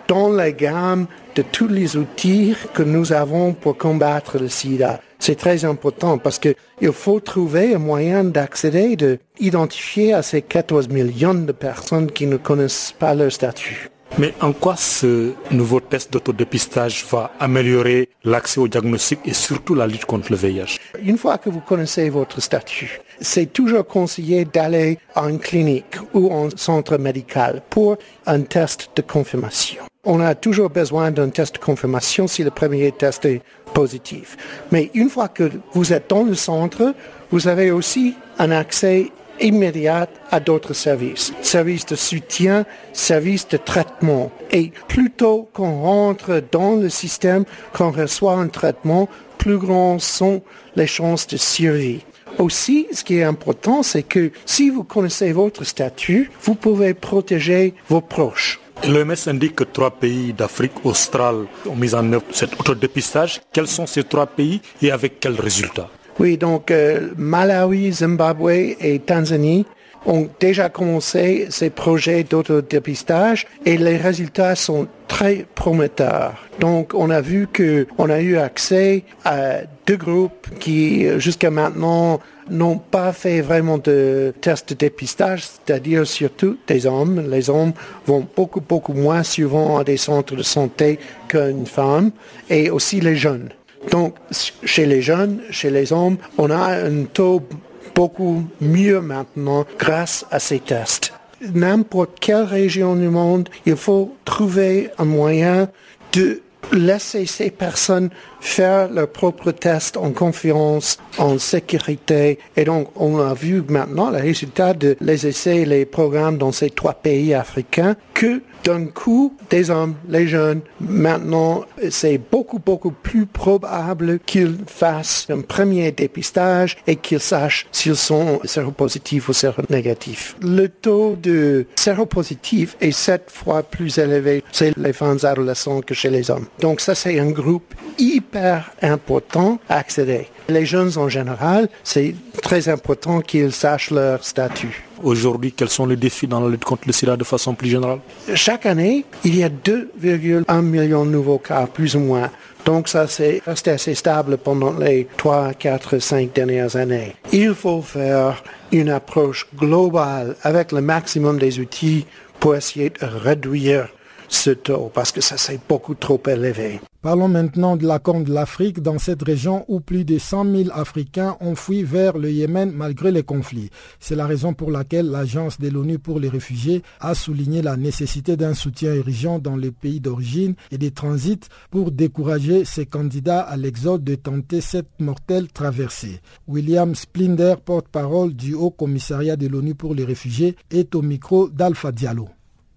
dans la gamme de tous les outils que nous avons pour combattre le sida. C'est très important parce qu'il faut trouver un moyen d'accéder, d'identifier à ces quatorze millions de personnes qui ne connaissent pas leur statut. Mais en quoi ce nouveau test d'autodépistage va améliorer l'accès au diagnostic et surtout la lutte contre le V I H? Une fois que vous connaissez votre statut, c'est toujours conseillé d'aller à une clinique ou en centre médical pour un test de confirmation. On a toujours besoin d'un test de confirmation si le premier test est positif. Mais une fois que vous êtes dans le centre, vous avez aussi un accès immédiat à d'autres services, services de soutien, services de traitement. Et plus tôt qu'on rentre dans le système, qu'on reçoit un traitement, plus grandes sont les chances de survie. Aussi, ce qui est important, c'est que si vous connaissez votre statut, vous pouvez protéger vos proches. L'O M S indique que trois pays d'Afrique australe ont mis en œuvre cet autodépistage. Quels sont ces trois pays et avec quels résultats? Oui, donc euh, Malawi, Zimbabwe et Tanzanie ont déjà commencé ces projets d'autodépistage et les résultats sont très prometteurs. Donc on a vu qu'on a eu accès à deux groupes qui jusqu'à maintenant n'ont pas fait vraiment de tests de dépistage, c'est-à-dire surtout des hommes. Les hommes vont beaucoup, beaucoup moins souvent à des centres de santé qu'une femme et aussi les jeunes. Donc, chez les jeunes, chez les hommes, on a un taux beaucoup mieux maintenant grâce à ces tests. N'importe quelle région du monde, il faut trouver un moyen de laisser ces personnes faire leurs propres tests en confiance, en sécurité. Et donc, on a vu maintenant les résultats de les essais et les programmes dans ces trois pays africains que d'un coup, des hommes, les jeunes, maintenant, c'est beaucoup, beaucoup plus probable qu'ils fassent un premier dépistage et qu'ils sachent s'ils sont séropositifs ou séronégatifs. Le taux de séropositifs est sept fois plus élevé chez les femmes adolescentes que chez les hommes. Donc ça, c'est un groupe hyper important à accéder. Les jeunes en général, c'est très important qu'ils sachent leur statut. Aujourd'hui, quels sont les défis dans la lutte contre le sida de façon plus générale? Chaque année, il y a deux virgule un million de nouveaux cas, plus ou moins. Donc ça, c'est resté assez stable pendant les trois, quatre, cinq dernières années. Il faut faire une approche globale avec le maximum des outils pour essayer de réduire ce taux, parce que ça, c'est beaucoup trop élevé. Parlons maintenant de la Corne de l'Afrique, dans cette région où plus de cent mille Africains ont fui vers le Yémen malgré les conflits. C'est la raison pour laquelle l'Agence de l'ONU pour les réfugiés a souligné la nécessité d'un soutien urgent dans les pays d'origine et de transit pour décourager ces candidats à l'exode de tenter cette mortelle traversée. William Splinder, porte-parole du Haut Commissariat de l'ONU pour les réfugiés, est au micro d'Alpha Diallo.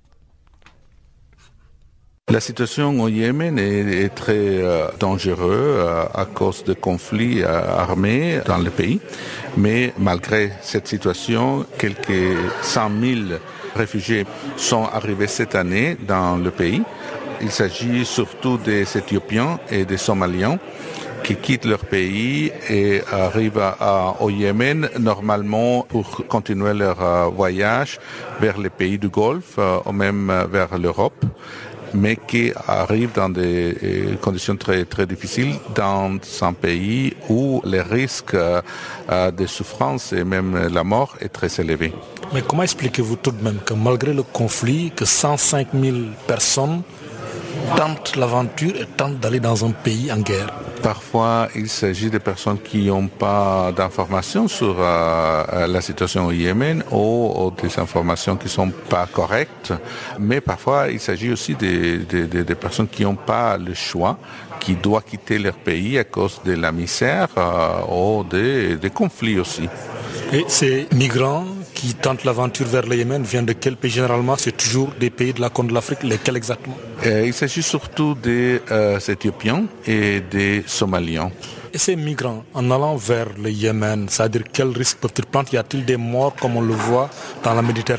La situation au Yémen est, est très euh, dangereuse euh, à cause de conflits euh, armés dans le pays. Mais malgré cette situation, quelques cent mille réfugiés sont arrivés cette année dans le pays. Il s'agit surtout des Éthiopiens et des Somaliens qui quittent leur pays et arrivent à, à, au Yémen normalement pour continuer leur euh, voyage vers les pays du Golfe euh, ou même euh, vers l'Europe, mais qui arrivent dans des euh, conditions très très difficiles dans un pays où les risques euh, de souffrance et même la mort est très élevé. Mais comment expliquez-vous tout de même que malgré le conflit, que cent cinq mille personnes tentent l'aventure et tentent d'aller dans un pays en guerre? Parfois, il s'agit de personnes qui n'ont pas d'informations sur euh, la situation au Yémen ou, ou des informations qui ne sont pas correctes. Mais parfois, il s'agit aussi de, de, de, de personnes qui n'ont pas le choix, qui doivent quitter leur pays à cause de la misère euh, ou des, des conflits aussi. Et ces migrants qui tentent l'aventure vers le Yémen viennent de quel pays généralement? C'est toujours des pays de la Corne de l'Afrique, lesquels exactement? euh, Il s'agit surtout des euh, Éthiopiens et des Somaliens. Et ces migrants, en allant vers le Yémen, c'est-à-dire quels risques peuvent-ils prendre? Y a-t-il des morts comme on le voit dans la Méditerranée?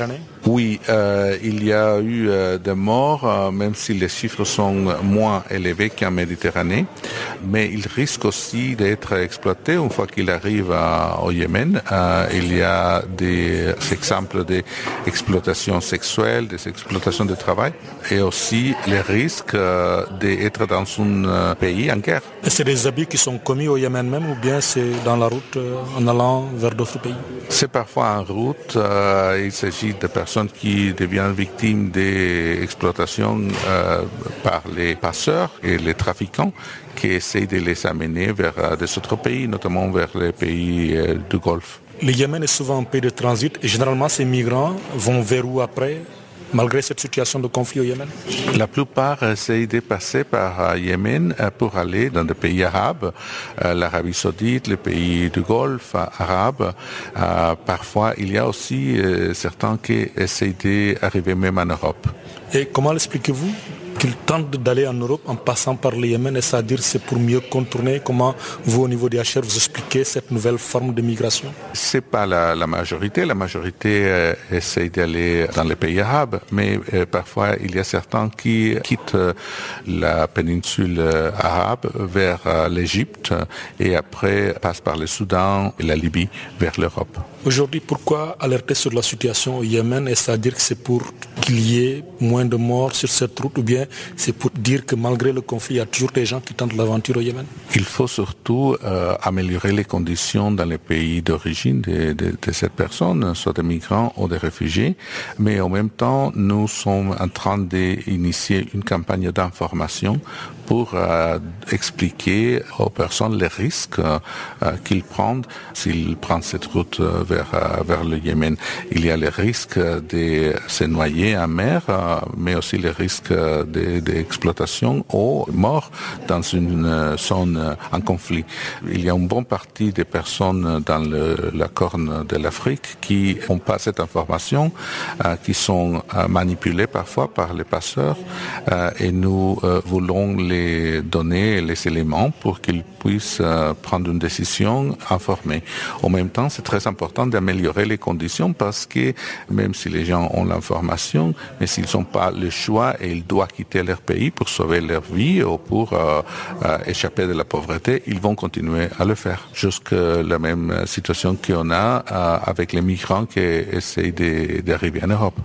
Oui, euh, il y a eu euh, des morts, euh, même si les chiffres sont moins élevés qu'en Méditerranée, mais il risque aussi d'être exploité une fois qu'il arrive à, au Yémen. Euh, il y a des exemples d'exploitation sexuelle, des exploitations de travail, et aussi les risques euh, d'être dans un euh, pays en guerre. C'est des abus qui sont commis au Yémen même, ou bien c'est dans la route euh, en allant vers d'autres pays? C'est parfois en route. Euh, il s'agit de personnes qui deviennent victimes d'exploitation euh, par les passeurs et les trafiquants qui essayent de les amener vers euh, des autres pays, notamment vers les pays euh, du Golfe. Le Yémen est souvent un pays de transit et généralement ces migrants vont vers où après, malgré cette situation de conflit au Yémen? La plupart essayent de passer par Yémen pour aller dans des pays arabes, euh, l'Arabie Saoudite, les pays du Golfe arabe. Euh, parfois, il y a aussi euh, certains qui essayent d'arriver même en Europe. Et comment l'expliquez-vous qu'ils tentent d'aller en Europe en passant par le Yémen, et c'est-à-dire c'est pour mieux contourner? Comment vous, au niveau des H R, vous expliquez cette nouvelle forme de migration? C'est pas la, la majorité. La majorité euh, essaye d'aller dans les pays arabes, mais euh, parfois il y a certains qui quittent euh, la péninsule euh, arabe vers euh, l'Égypte et après passent par le Soudan et la Libye vers l'Europe. Aujourd'hui, pourquoi alerter sur la situation au Yémen? Et c'est-à-dire que c'est pour qu'il y ait moins de morts sur cette route, ou bien c'est pour dire que malgré le conflit, il y a toujours des gens qui tentent l'aventure au Yémen? Il faut surtout euh, améliorer les conditions dans les pays d'origine de, de, de cette personne, soit des migrants ou des réfugiés. Mais en même temps, nous sommes en train d'initier une campagne d'information pour euh, expliquer aux personnes les risques euh, qu'ils prennent s'ils prennent cette route euh, vers, euh, vers le Yémen. Il y a les risques de se noyer en mer, euh, mais aussi les risques d'exploitation ou mort dans une euh, zone euh, en conflit. Il y a une bonne partie des personnes dans le, la Corne de l'Afrique qui n'ont pas cette information, euh, qui sont euh, manipulées parfois par les passeurs, euh, et nous euh, voulons les les donner les éléments pour qu'ils puissent euh, prendre une décision informée. En même temps, c'est très important d'améliorer les conditions parce que même si les gens ont l'information, mais s'ils n'ont pas le choix et ils doivent quitter leur pays pour sauver leur vie ou pour euh, euh, échapper de la pauvreté, ils vont continuer à le faire. Jusqu'à la même situation qu'on a euh, avec les migrants qui essayent d'arriver en Europe.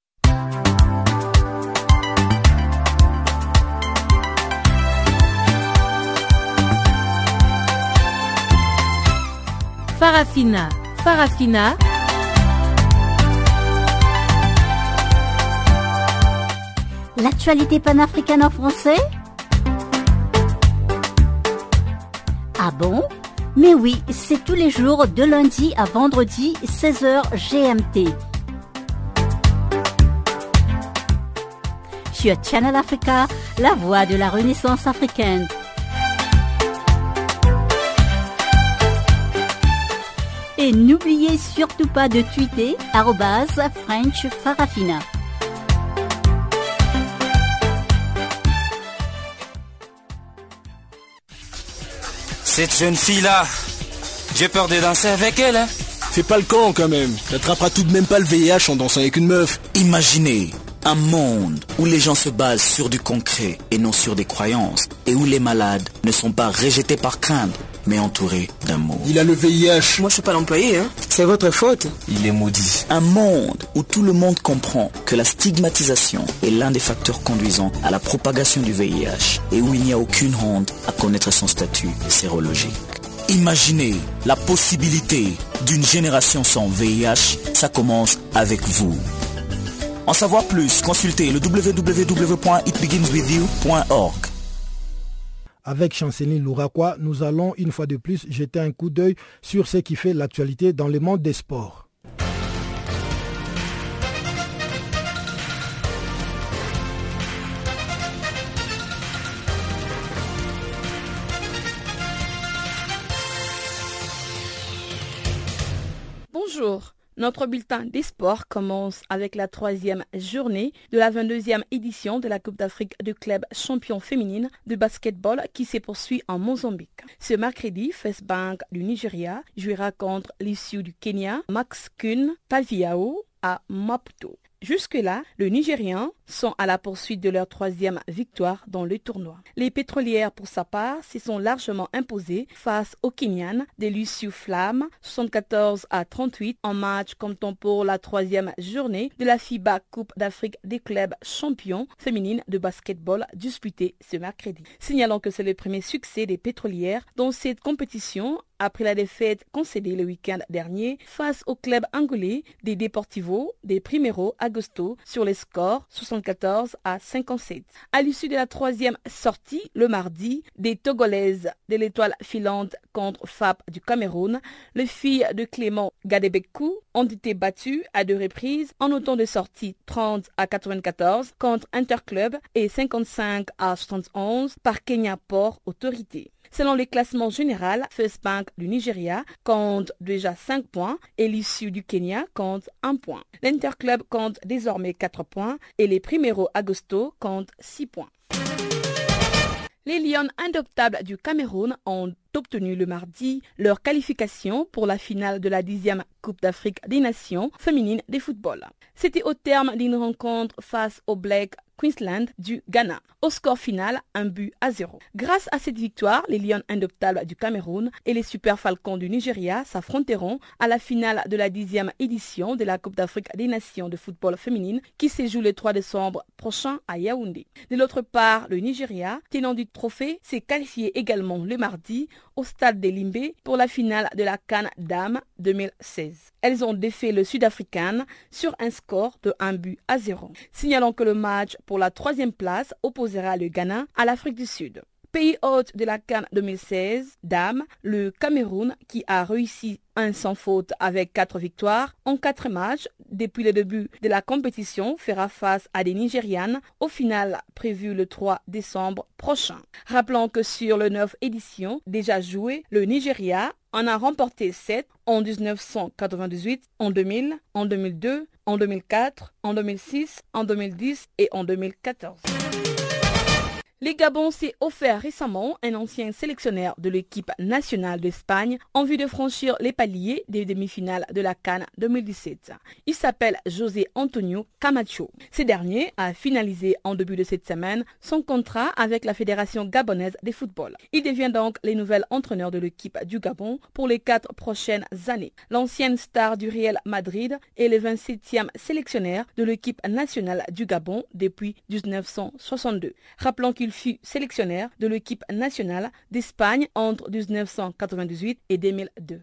Farafina, Farafina. L'actualité panafricaine en français? Ah bon? Mais oui, c'est tous les jours de lundi à vendredi, seize heures G M T. Sur Channel Africa, la voix de la Renaissance africaine. Et n'oubliez surtout pas de tweeter arobase French Farafina. Cette jeune fille-là, j'ai peur de danser avec elle. Hein. Fais pas le con quand même. T'attraperas tout de même pas le V I H en dansant avec une meuf. Imaginez un monde où les gens se basent sur du concret et non sur des croyances, et où les malades ne sont pas rejetés par crainte, mais entouré d'amour. Il a le V I H. Moi, je suis pas l'employé, hein. C'est votre faute. Il est maudit. Un monde où tout le monde comprend que la stigmatisation est l'un des facteurs conduisant à la propagation du V I H et où il n'y a aucune honte à connaître son statut sérologique. Imaginez la possibilité d'une génération sans V I H. Ça commence avec vous. En savoir plus, consultez le w w w point it begins with you point org. Avec Chanceline Louraquois, nous allons une fois de plus jeter un coup d'œil sur ce qui fait l'actualité dans le monde des sports. Bonjour. Notre bulletin des sports commence avec la troisième journée de la vingt-deuxième édition de la Coupe d'Afrique de club champion féminine de basketball qui se poursuit en Mozambique. Ce mercredi, First Bank du Nigeria jouera contre l'issue du Kenya, Max Kun Paviao à Maputo. Jusque-là, les Nigérians sont à la poursuite de leur troisième victoire dans le tournoi. Les pétrolières, pour sa part, se sont largement imposées face aux Kenyanes de Lucio Flamme, soixante-quatorze à trente-huit, en match comptant pour la troisième journée de la FIBA Coupe d'Afrique des clubs champions féminines de basketball disputée ce mercredi. Signalons que c'est le premier succès des pétrolières dans cette compétition après la défaite concédée le week-end dernier face au club angolais des Deportivo des Primero Agosto sur les scores soixante-quatorze à cinquante-sept. À l'issue de la troisième sortie, le mardi, des Togolaises de l'étoile filante contre F A P du Cameroun, les filles de Clément Gadebekou ont été battues à deux reprises en autant de sorties trente à quatre-vingt-quatorze contre Interclub et cinquante-cinq à soixante-onze par Kenya Port Authorité. Selon le classement général, First Bank du Nigeria compte déjà cinq points et l'issue du Kenya compte un point. L'Interclub compte désormais quatre points et les Primero Agosto comptent six points. Les Lions indoptables du Cameroun ont obtenu le mardi leur qualification pour la finale de la dixième Coupe d'Afrique des Nations féminines de football. C'était au terme d'une rencontre face au Black Queensland du Ghana. Au score final, un but à zéro. Grâce à cette victoire, les Lions indoptables du Cameroun et les Super Falcons du Nigeria s'affronteront à la finale de la dixième édition de la Coupe d'Afrique des Nations de football féminine qui se joue le trois décembre prochain à Yaoundé. De l'autre part, le Nigeria, tenant du trophée, s'est qualifié également le mardi au stade de Limbe pour la finale de la CAN Dames deux mille seize. Elles ont défait le Sud-Africain sur un score de un but à zéro. Signalons que le match pour la troisième place opposera le Ghana à l'Afrique du Sud. Pays hôte de la CAN deux mille seize, Dames, le Cameroun qui a réussi un sans faute avec quatre victoires en quatre matchs depuis le début de la compétition fera face à des Nigérianes au final prévu le trois décembre prochain. Rappelons que sur les neuf éditions déjà jouées, le Nigeria en a remporté sept en dix-neuf cent quatre-vingt-dix-huit, en deux mille, en deux mille deux, en deux mille quatre, en deux mille six, en deux mille dix et en deux mille quatorze. Le Gabon s'est offert récemment un ancien sélectionneur de l'équipe nationale d'Espagne en vue de franchir les paliers des demi-finales de la CAN deux mille dix-sept. Il s'appelle José Antonio Camacho. Ce dernier a finalisé en début de cette semaine son contrat avec la Fédération gabonaise de football. Il devient donc le nouvel entraîneur de l'équipe du Gabon pour les quatre prochaines années. L'ancienne star du Real Madrid est le vingt-septième sélectionneur de l'équipe nationale du Gabon depuis dix-neuf cent soixante-deux. Rappelons qu'il fut sélectionneur de l'équipe nationale d'Espagne entre dix-neuf cent quatre-vingt-dix-huit et deux mille deux.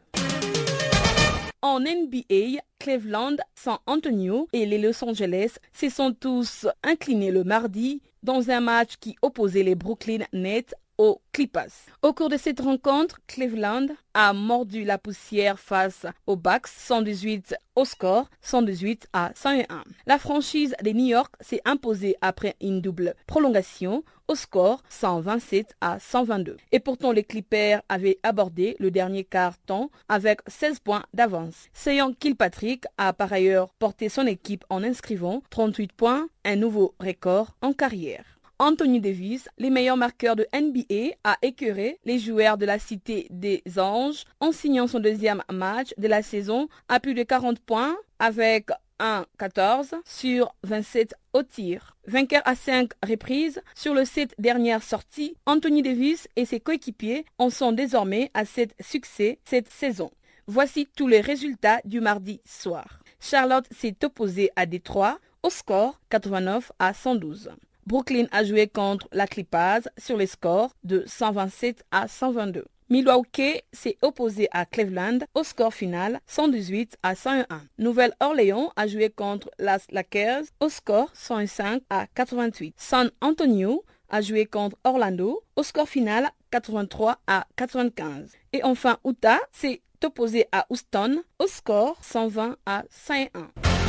En N B A, Cleveland, San Antonio et les Los Angeles se sont tous inclinés le mardi dans un match qui opposait les Brooklyn Nets aux Clippers. Au cours de cette rencontre, Cleveland a mordu la poussière face aux Bucks cent dix-huit au score cent dix-huit à cent un. La franchise de New York s'est imposée après une double prolongation au score cent vingt-sept à cent vingt-deux. Et pourtant les Clippers avaient abordé le dernier quart-temps avec seize points d'avance. Sean Kilpatrick a par ailleurs porté son équipe en inscrivant trente-huit points, un nouveau record en carrière. Anthony Davis, le meilleur marqueur de N B A, a écœuré les joueurs de la Cité des Anges en signant son deuxième match de la saison à plus de quarante points avec un quatorze sur vingt-sept au tir. Vainqueur à cinq reprises sur les sept dernières sorties, Anthony Davis et ses coéquipiers en sont désormais à sept succès cette saison. Voici tous les résultats du mardi soir. Charlotte s'est opposée à Détroit au score quatre-vingt-neuf à cent douze. Brooklyn a joué contre la Clippers sur les scores de cent vingt-sept à cent vingt-deux. Milwaukee s'est opposé à Cleveland au score final cent dix-huit à cent un. Nouvelle-Orléans a joué contre las Lakers au score cent cinq à quatre-vingt-huit. San Antonio a joué contre Orlando au score final quatre-vingt-trois à quatre-vingt-quinze. Et enfin, Utah s'est opposé à Houston au score cent vingt à cent un.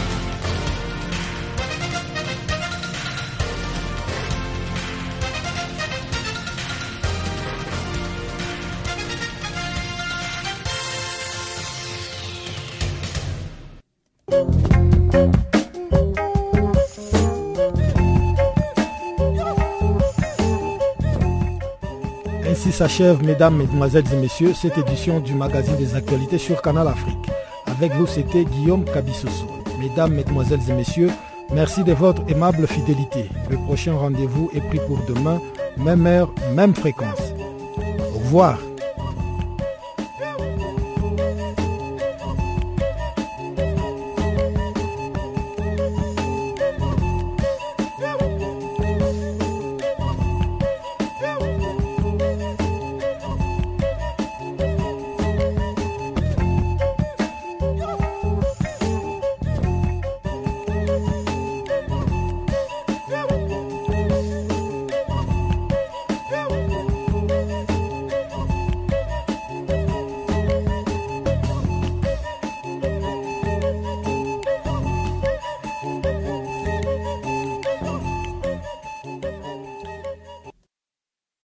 Ainsi s'achève, mesdames, mesdemoiselles et messieurs, cette édition du magazine des actualités sur Canal Afrique. Avec vous, c'était Guillaume Kabissoso. Mesdames, mesdemoiselles et messieurs, Merci de votre aimable fidélité. Le prochain rendez-vous est pris pour demain, même heure, même fréquence. Au revoir.